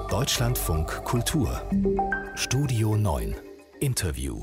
Deutschlandfunk Kultur Studio 9 Interview.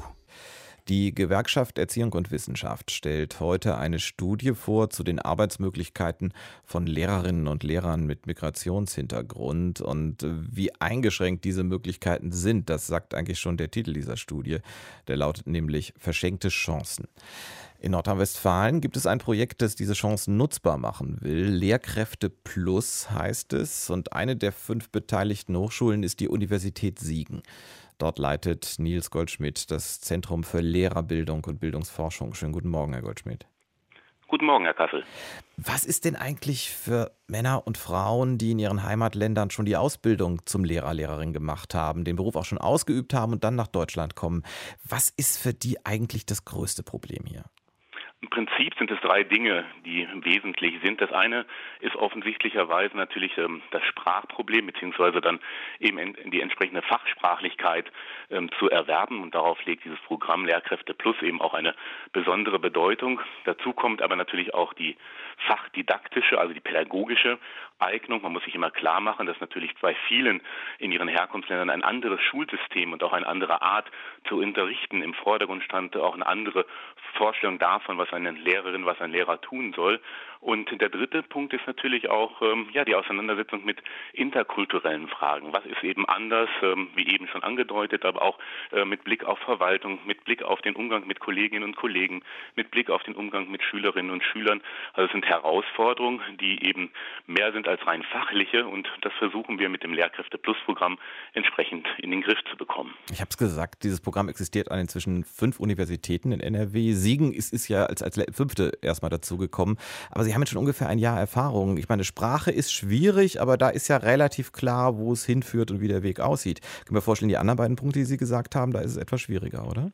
Die Gewerkschaft Erziehung und Wissenschaft stellt heute eine Studie vor zu den Arbeitsmöglichkeiten von Lehrerinnen und Lehrern mit Migrationshintergrund. Und wie eingeschränkt diese Möglichkeiten sind, das sagt eigentlich schon der Titel dieser Studie. Der lautet nämlich Verschenkte Chancen. In Nordrhein-Westfalen gibt es ein Projekt, das diese Chancen nutzbar machen will. Lehrkräfte Plus heißt es. Und eine der 5 beteiligten Hochschulen ist die Universität Siegen. Dort leitet Nils Goldschmidt das Zentrum für Lehrerbildung und Bildungsforschung. Schönen guten Morgen, Herr Goldschmidt. Guten Morgen, Herr Kassel. Was ist denn eigentlich für Männer und Frauen, die in ihren Heimatländern schon die Ausbildung zum Lehrer, Lehrerin gemacht haben, den Beruf auch schon ausgeübt haben und dann nach Deutschland kommen? Was ist für die eigentlich das größte Problem hier? Im Prinzip sind es 3 Dinge, die wesentlich sind. Das eine ist offensichtlicherweise natürlich das Sprachproblem, beziehungsweise dann eben die entsprechende Fachsprachlichkeit zu erwerben. Und darauf legt dieses Programm Lehrkräfte Plus eben auch eine besondere Bedeutung. Dazu kommt aber natürlich auch die fachdidaktische, also die pädagogische Eignung. Man muss sich immer klar machen, dass natürlich bei vielen in ihren Herkunftsländern ein anderes Schulsystem und auch eine andere Art zu unterrichten im Vordergrund stand, auch eine andere Vorstellung davon, was eine Lehrerin, was ein Lehrer tun soll. Und der dritte Punkt ist natürlich auch die Auseinandersetzung mit interkulturellen Fragen. Was ist eben anders, wie eben schon angedeutet, aber auch mit Blick auf Verwaltung, mit Blick auf den Umgang mit Kolleginnen und Kollegen, mit Blick auf den Umgang mit Schülerinnen und Schülern. Also es sind Herausforderungen, die eben mehr sind als rein fachliche, und das versuchen wir mit dem Lehrkräfte-Plus-Programm entsprechend in den Griff zu bekommen. Ich habe es gesagt, dieses Programm existiert an inzwischen 5 Universitäten in NRW. Siegen ist ja als 5. erstmal dazugekommen. Aber Sie haben jetzt schon ungefähr ein Jahr Erfahrung. Ich meine, Sprache ist schwierig, aber da ist ja relativ klar, wo es hinführt und wie der Weg aussieht. Ich kann mir vorstellen, die anderen beiden Punkte, die Sie gesagt haben, da ist es etwas schwieriger, oder?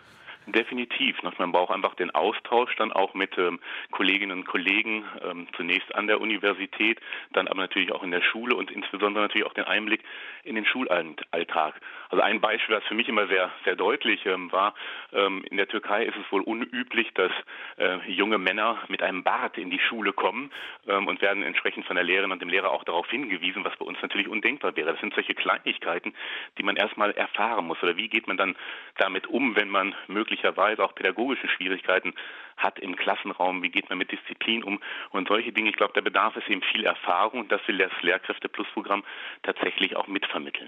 Definitiv. Man braucht einfach den Austausch dann auch mit Kolleginnen und Kollegen, zunächst an der Universität, dann aber natürlich auch in der Schule und insbesondere natürlich auch den Einblick in den Schulalltag. Also ein Beispiel, das für mich immer sehr, sehr deutlich war, in der Türkei ist es wohl unüblich, dass junge Männer mit einem Bart in die Schule kommen und werden entsprechend von der Lehrerin und dem Lehrer auch darauf hingewiesen, was bei uns natürlich undenkbar wäre. Das sind solche Kleinigkeiten, die man erstmal erfahren muss. Oder wie geht man dann damit um, wenn man möglicherweise auch pädagogische Schwierigkeiten hat im Klassenraum, wie geht man mit Disziplin um und solche Dinge. Ich glaube, der Bedarf ist eben viel Erfahrung, und das will das Lehrkräfte-Plus-Programm tatsächlich auch mitvermitteln.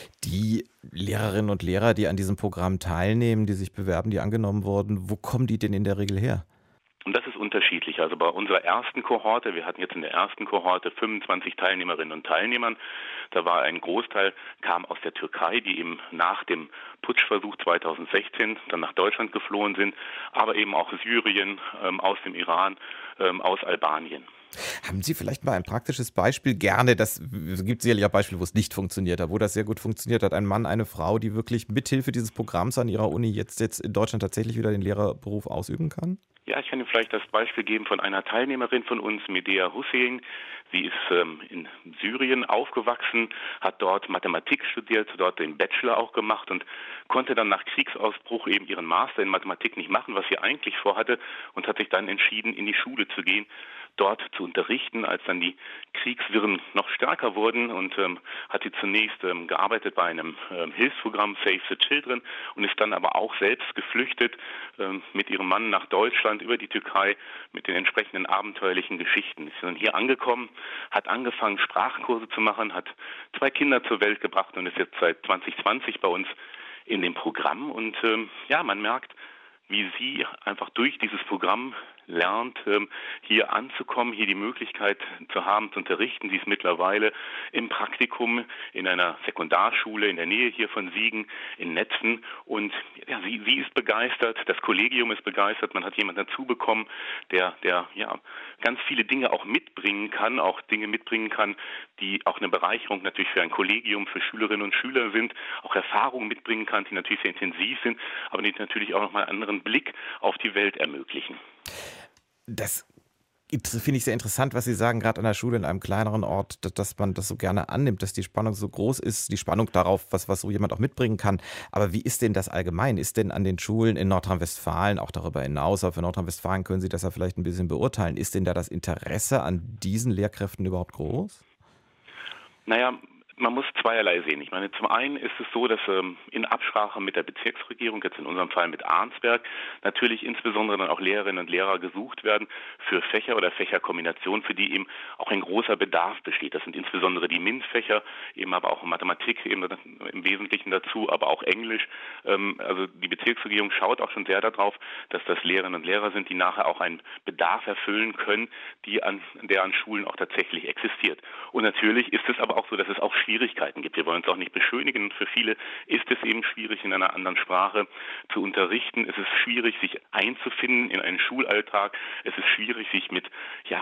Die Lehrerinnen und Lehrer, die an diesem Programm teilnehmen, die sich bewerben, die angenommen wurden, wo kommen die denn in der Regel her? Und das ist unterschiedlich. Also bei unserer ersten Kohorte, wir hatten jetzt in der ersten Kohorte 25 Teilnehmerinnen und Teilnehmern. Da war ein Großteil, kam aus der Türkei, die eben nach dem Putschversuch 2016 dann nach Deutschland geflohen sind, aber eben auch Syrien, aus dem Iran, aus Albanien. Haben Sie vielleicht mal ein praktisches Beispiel? Gerne, es gibt sicherlich auch Beispiele, wo es nicht funktioniert hat, wo das sehr gut funktioniert hat. Ein Mann, eine Frau, die wirklich mithilfe dieses Programms an ihrer Uni jetzt in Deutschland tatsächlich wieder den Lehrerberuf ausüben kann? Ja, ich kann Ihnen vielleicht das Beispiel geben von einer Teilnehmerin von uns, Medea Hussein. Sie ist in Syrien aufgewachsen, hat dort Mathematik studiert, dort den Bachelor auch gemacht und konnte dann nach Kriegsausbruch eben ihren Master in Mathematik nicht machen, was sie eigentlich vorhatte, und hat sich dann entschieden, in die Schule zu gehen, dort zu unterrichten. Als dann die Kriegswirren noch stärker wurden, und hat sie zunächst gearbeitet bei einem Hilfsprogramm Save the Children und ist dann aber auch selbst geflüchtet mit ihrem Mann nach Deutschland über die Türkei mit den entsprechenden abenteuerlichen Geschichten. Ist dann hier angekommen, hat angefangen, Sprachkurse zu machen, hat 2 Kinder zur Welt gebracht und ist jetzt seit 2020 bei uns in dem Programm. Und man merkt, wie sie einfach durch dieses Programm lernt, hier anzukommen, hier die Möglichkeit zu haben, zu unterrichten. Sie ist mittlerweile im Praktikum in einer Sekundarschule in der Nähe hier von Siegen in Netzen, und ja, sie ist begeistert, das Kollegium ist begeistert, man hat jemanden dazu bekommen, der ganz viele Dinge auch mitbringen kann, die auch eine Bereicherung natürlich für ein Kollegium, für Schülerinnen und Schüler sind, auch Erfahrungen mitbringen kann, die natürlich sehr intensiv sind, aber die natürlich auch nochmal einen anderen Blick auf die Welt ermöglichen. Das finde ich sehr interessant, was Sie sagen, gerade an der Schule in einem kleineren Ort, dass man das so gerne annimmt, dass die Spannung so groß ist, die Spannung darauf, was so jemand auch mitbringen kann. Aber wie ist denn das allgemein? Ist denn an den Schulen in Nordrhein-Westfalen, auch darüber hinaus, aber für Nordrhein-Westfalen können Sie das ja vielleicht ein bisschen beurteilen, ist denn da das Interesse an diesen Lehrkräften überhaupt groß? Naja, Man muss zweierlei sehen. Ich meine, zum einen ist es so, dass in Absprache mit der Bezirksregierung, jetzt in unserem Fall mit Arnsberg, natürlich insbesondere dann auch Lehrerinnen und Lehrer gesucht werden für Fächer oder Fächerkombinationen, für die eben auch ein großer Bedarf besteht. Das sind insbesondere die MINT-Fächer, eben aber auch Mathematik eben im Wesentlichen dazu, aber auch Englisch. Also die Bezirksregierung schaut auch schon sehr darauf, dass das Lehrerinnen und Lehrer sind, die nachher auch einen Bedarf erfüllen können, der an Schulen auch tatsächlich existiert. Und natürlich ist es aber auch so, dass es auch Schwierigkeiten gibt. Wir wollen uns auch nicht beschönigen. Für viele ist es eben schwierig, in einer anderen Sprache zu unterrichten. Es ist schwierig, sich einzufinden in einen Schulalltag. Es ist schwierig, sich mit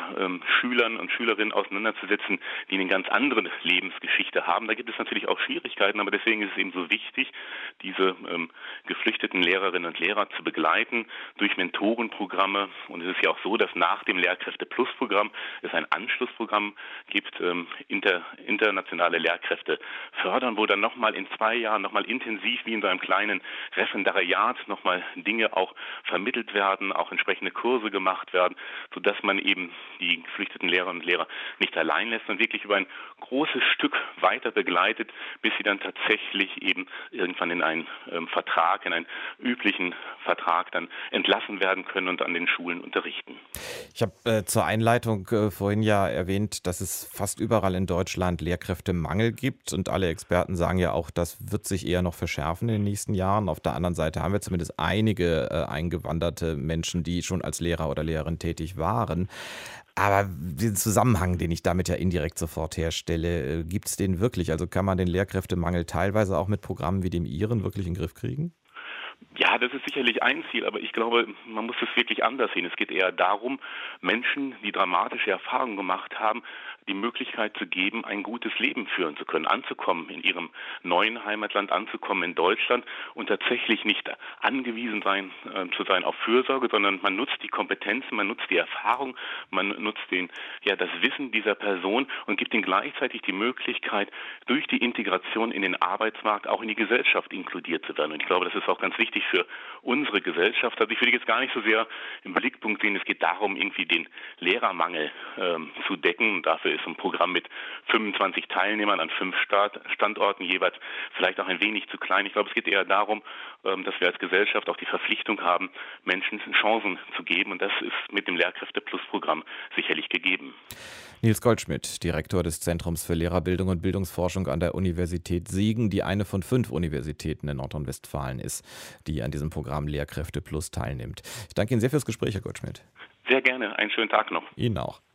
Schülern und Schülerinnen auseinanderzusetzen, die eine ganz andere Lebensgeschichte haben. Da gibt es natürlich auch Schwierigkeiten, aber deswegen ist es eben so wichtig, diese geflüchteten Lehrerinnen und Lehrer zu begleiten durch Mentorenprogramme. Und es ist ja auch so, dass nach dem Lehrkräfte-Plus-Programm es ein Anschlussprogramm gibt, internationale Lehrkräfte fördern, wo dann nochmal in 2 Jahren nochmal intensiv wie in so einem kleinen Referendariat nochmal Dinge auch vermittelt werden, auch entsprechende Kurse gemacht werden, sodass man eben die geflüchteten Lehrerinnen und Lehrer nicht allein lässt und wirklich über ein großes Stück weiter begleitet, bis sie dann tatsächlich eben irgendwann in einen Vertrag, in einen üblichen Vertrag dann entlassen werden können und an den Schulen unterrichten. Ich habe zur Einleitung vorhin ja erwähnt, dass es fast überall in Deutschland Lehrkräftemangel gibt und alle Experten sagen ja auch, das wird sich eher noch verschärfen in den nächsten Jahren. Auf der anderen Seite haben wir zumindest einige eingewanderte Menschen, die schon als Lehrer oder Lehrerin tätig waren. Aber den Zusammenhang, den ich damit ja indirekt sofort herstelle, gibt es den wirklich? Also kann man den Lehrkräftemangel teilweise auch mit Programmen wie dem Ihren wirklich in den Griff kriegen? Ja, das ist sicherlich ein Ziel, aber ich glaube, man muss es wirklich anders sehen. Es geht eher darum, Menschen, die dramatische Erfahrungen gemacht haben, die Möglichkeit zu geben, ein gutes Leben führen zu können, anzukommen in ihrem neuen Heimatland, anzukommen in Deutschland und tatsächlich nicht angewiesen zu sein auf Fürsorge, sondern man nutzt die Kompetenzen, man nutzt die Erfahrung, man nutzt das Wissen dieser Person und gibt ihnen gleichzeitig die Möglichkeit, durch die Integration in den Arbeitsmarkt auch in die Gesellschaft inkludiert zu werden. Und ich glaube, das ist auch ganz wichtig für unsere Gesellschaft. Also ich würde jetzt gar nicht so sehr im Blickpunkt sehen, es geht darum, irgendwie den Lehrermangel zu decken. Und dafür ist ein Programm mit 25 Teilnehmern an 5 Standorten jeweils vielleicht auch ein wenig zu klein. Ich glaube, es geht eher darum, dass wir als Gesellschaft auch die Verpflichtung haben, Menschen Chancen zu geben. Und das ist mit dem Lehrkräfte-Plus-Programm sicherlich gegeben. Nils Goldschmidt, Direktor des Zentrums für Lehrerbildung und Bildungsforschung an der Universität Siegen, die eine von 5 Universitäten in Nordrhein-Westfalen ist, die an diesem Programm Lehrkräfte Plus teilnimmt. Ich danke Ihnen sehr fürs Gespräch, Herr Goldschmidt. Sehr gerne. Einen schönen Tag noch. Ihnen auch.